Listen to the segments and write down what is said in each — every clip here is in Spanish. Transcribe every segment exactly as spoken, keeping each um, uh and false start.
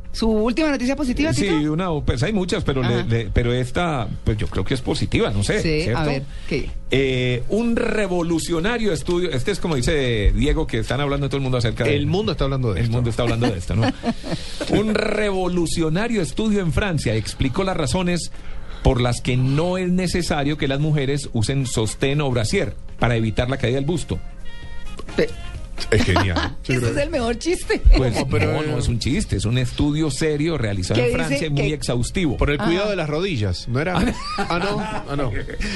¿Su última noticia positiva, Sí, Tito? una, pues hay muchas, pero le, le, pero esta, pues yo creo que es positiva, no sé. Sí, ¿cierto? a ver, ¿qué? Eh, un revolucionario estudio, este es como dice Diego, que están hablando todo el mundo acerca de... El mundo está hablando de El esto. mundo está hablando de esto, ¿no? Un revolucionario estudio en Francia explicó las razones por las que no es necesario que las mujeres usen sostén o brasier para evitar la caída del busto. Pe- Es genial. Yo Ese creo- es el mejor chiste. Pues No, pero- no, no es un chiste, es un estudio serio realizado ¿Qué en dice? Francia y muy ¿Qué? exhaustivo. Por el cuidado Ah. de las rodillas, ¿no era? Ah, no, ah, no.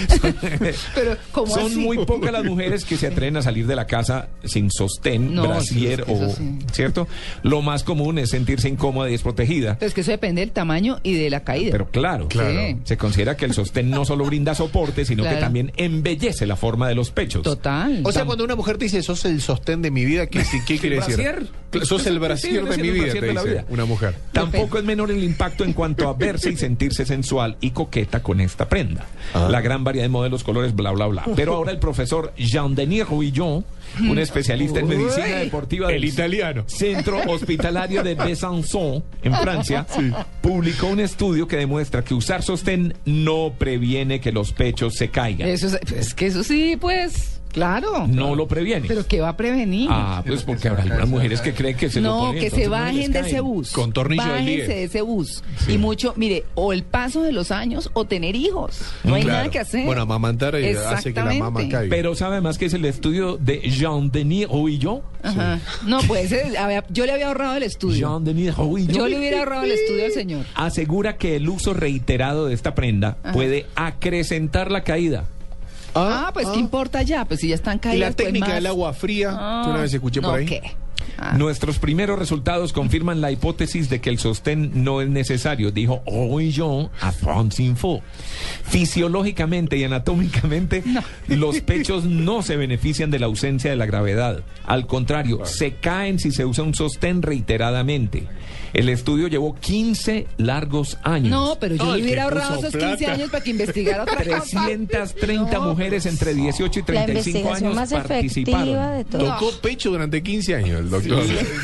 Pero, ¿cómo Son así? muy pocas las mujeres que se atreven a salir de la casa sin sostén, No, brasier eso- eso o... sí. ¿Cierto? Lo más común es sentirse incómoda y desprotegida. Pero es que eso depende del tamaño y de la caída. Pero claro, Claro. Sí. se considera que el sostén no solo brinda soporte, sino Claro. que también embellece la forma de los pechos. Total. O sea, cuando una mujer te dice, sos el sostén de mi vida, ¿qué, qué quiere decir? brasier. Sos el brasier Sí, de sí, mi el vida, brasier te de la dice vida. una mujer. Tampoco es menor el impacto en cuanto a verse y sentirse sensual y coqueta con esta prenda. Ah. La gran variedad de modelos, colores, bla, bla, bla. Pero ahora el profesor Jean-Denis Rouillon, un especialista en medicina Uy. deportiva El del italiano. Centro Hospitalario de Besançon, en Francia, publicó un estudio que demuestra que usar sostén no previene que los pechos se caigan. Eso es, es que eso sí, pues, claro. No lo previene. Pero ¿qué va a prevenir? Ah, pues porque habrá algunas mujeres que creen que se lo no, ponen, que entonces se no les bajen de caen. ese bus. Con tornillo del Bájense diez. de ese bus. Y mucho, mire, o el paso de los años o tener hijos. No hay Claro. nada que hacer. Bueno, amamantar eh, hace que la mama Exactamente. caiga. Pero sabe más que es el estudio de Jean-Denis Rouillon. Ajá. No, pues ese, había- yo le había ahorrado el estudio. Jean-Denis Rouillon. Yo le hubiera ahorrado el estudio al señor. Asegura que el uso reiterado de esta prenda Ajá. puede acrecentar la caída. Ah, pues qué importa ya, pues si ya están Y caídas. la técnica pues, más. del agua fría, Ah, que una vez escuché no, por ahí. ¿qué? Ah. Nuestros primeros resultados confirman la hipótesis de que el sostén no es necesario, dijo Rouillon a France Info. Fisiológicamente y anatómicamente, los pechos no se benefician de la ausencia de la gravedad. Al contrario, se caen si se usa un sostén reiteradamente. El estudio llevó quince largos años. No, pero yo No, le el que hubiera ahorrado puso esos quince plata. años para que investigara otra cosa. trescientas treinta No, mujeres entre dieciocho y La treinta y cinco investigación años más efectiva participaron. de todo. Tocó pecho durante quince años el doctor.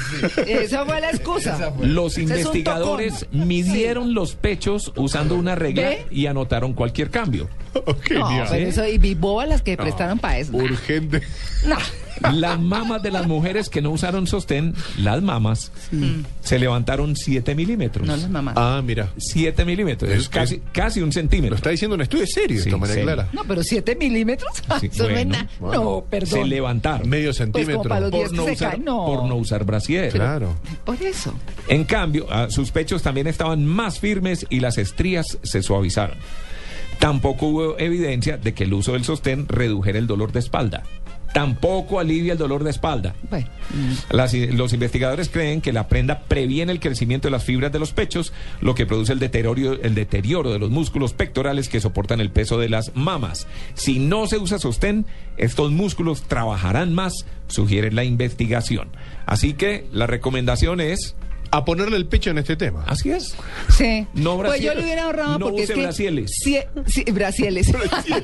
Esa fue la excusa. Los Ese es un investigadores tocón. midieron los pechos usando una regla ¿Ve? y anotaron cualquier cambio. No, Genial. pero eso, y vi bobas las que prestaron para eso. Urgente. No. Las mamas de las mujeres que no usaron sostén, las mamas, se levantaron siete milímetros. No las mamás. Ah, mira. siete milímetros, Es es casi, casi un centímetro. Lo está diciendo un estudio serio, Sí, esto, María serio. Clara. No, pero siete milímetros. Sí, Eso no es bueno, nada. bueno. No, perdón. Se levantaron. Medio Pues centímetro. como para los por diez no, que se usar, caen, no. por no usar brasier. Claro. Por eso. En cambio, ah, sus pechos también estaban más firmes y las estrías se suavizaron. Tampoco hubo evidencia de que el uso del sostén redujera el dolor de espalda. Tampoco alivia el dolor de espalda. Bueno. Las- los investigadores creen que la prenda previene el crecimiento de las fibras de los pechos, lo que produce el deterioro, el deterioro de los músculos pectorales que soportan el peso de las mamas. Si no se usa sostén, estos músculos trabajarán más, sugiere la investigación. Así que la recomendación es, A ponerle el pecho en este tema. así es. Sí. No pues yo brasieles. le hubiera ahorrado No porque use es que... brasieles. Sie- sí, brasieles.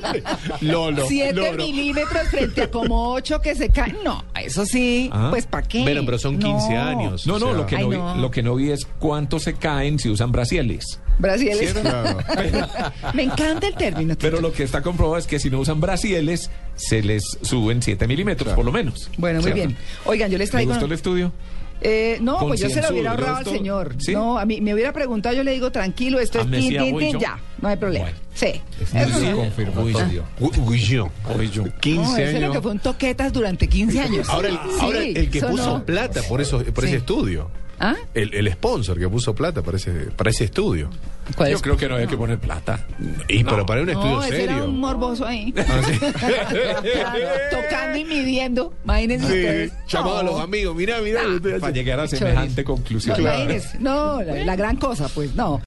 Lolo. Siete loro. milímetros frente a como ocho que se caen. No, eso sí, Ah. pues ¿para qué? Bueno, pero son quince No. años. No, no, o sea, lo que Ay, no, vi- no. lo que no vi es cuánto se caen si usan brasieles. Brasieles. Claro. Me encanta el término. Pero lo que está comprobado es que si no usan brasieles, se les suben siete milímetros, por lo menos. Bueno, muy ¿Cierto? bien. Oigan, yo les ¿Le traigo... gustó el estudio? Eh, no, pues yo se lo hubiera Concienzudo, ahorrado al esto- señor. ¿Sí? No, a mí me hubiera preguntado, yo le digo tranquilo, esto Ah, es me tin, decía, tin, voy tin, yo. ya, no hay problema. Bueno. Sí. Muy Eso bien. sí. Confirmatorio. Gu- Guillón. Guillón. quince No, ese es lo años. que fue un toquetas durante quince años. Ahora, el, Sí, ahora el que eso puso no. plata por eso por Sí. ese estudio. ¿Ah? El, el sponsor que puso plata para ese, para ese estudio. ¿Cuál Yo es? creo que no había que poner plata. Y No. pero para un estudio No, ese era serio. un morboso ahí. Ah, sí. Claro, tocando y midiendo. Imagínense Sí, ustedes. llamado a No. los amigos, mirá, mirá. Ah, estoy Para así. llegar a Chorizo. semejante conclusión. No, imagínense. No, la, la gran cosa, pues, no.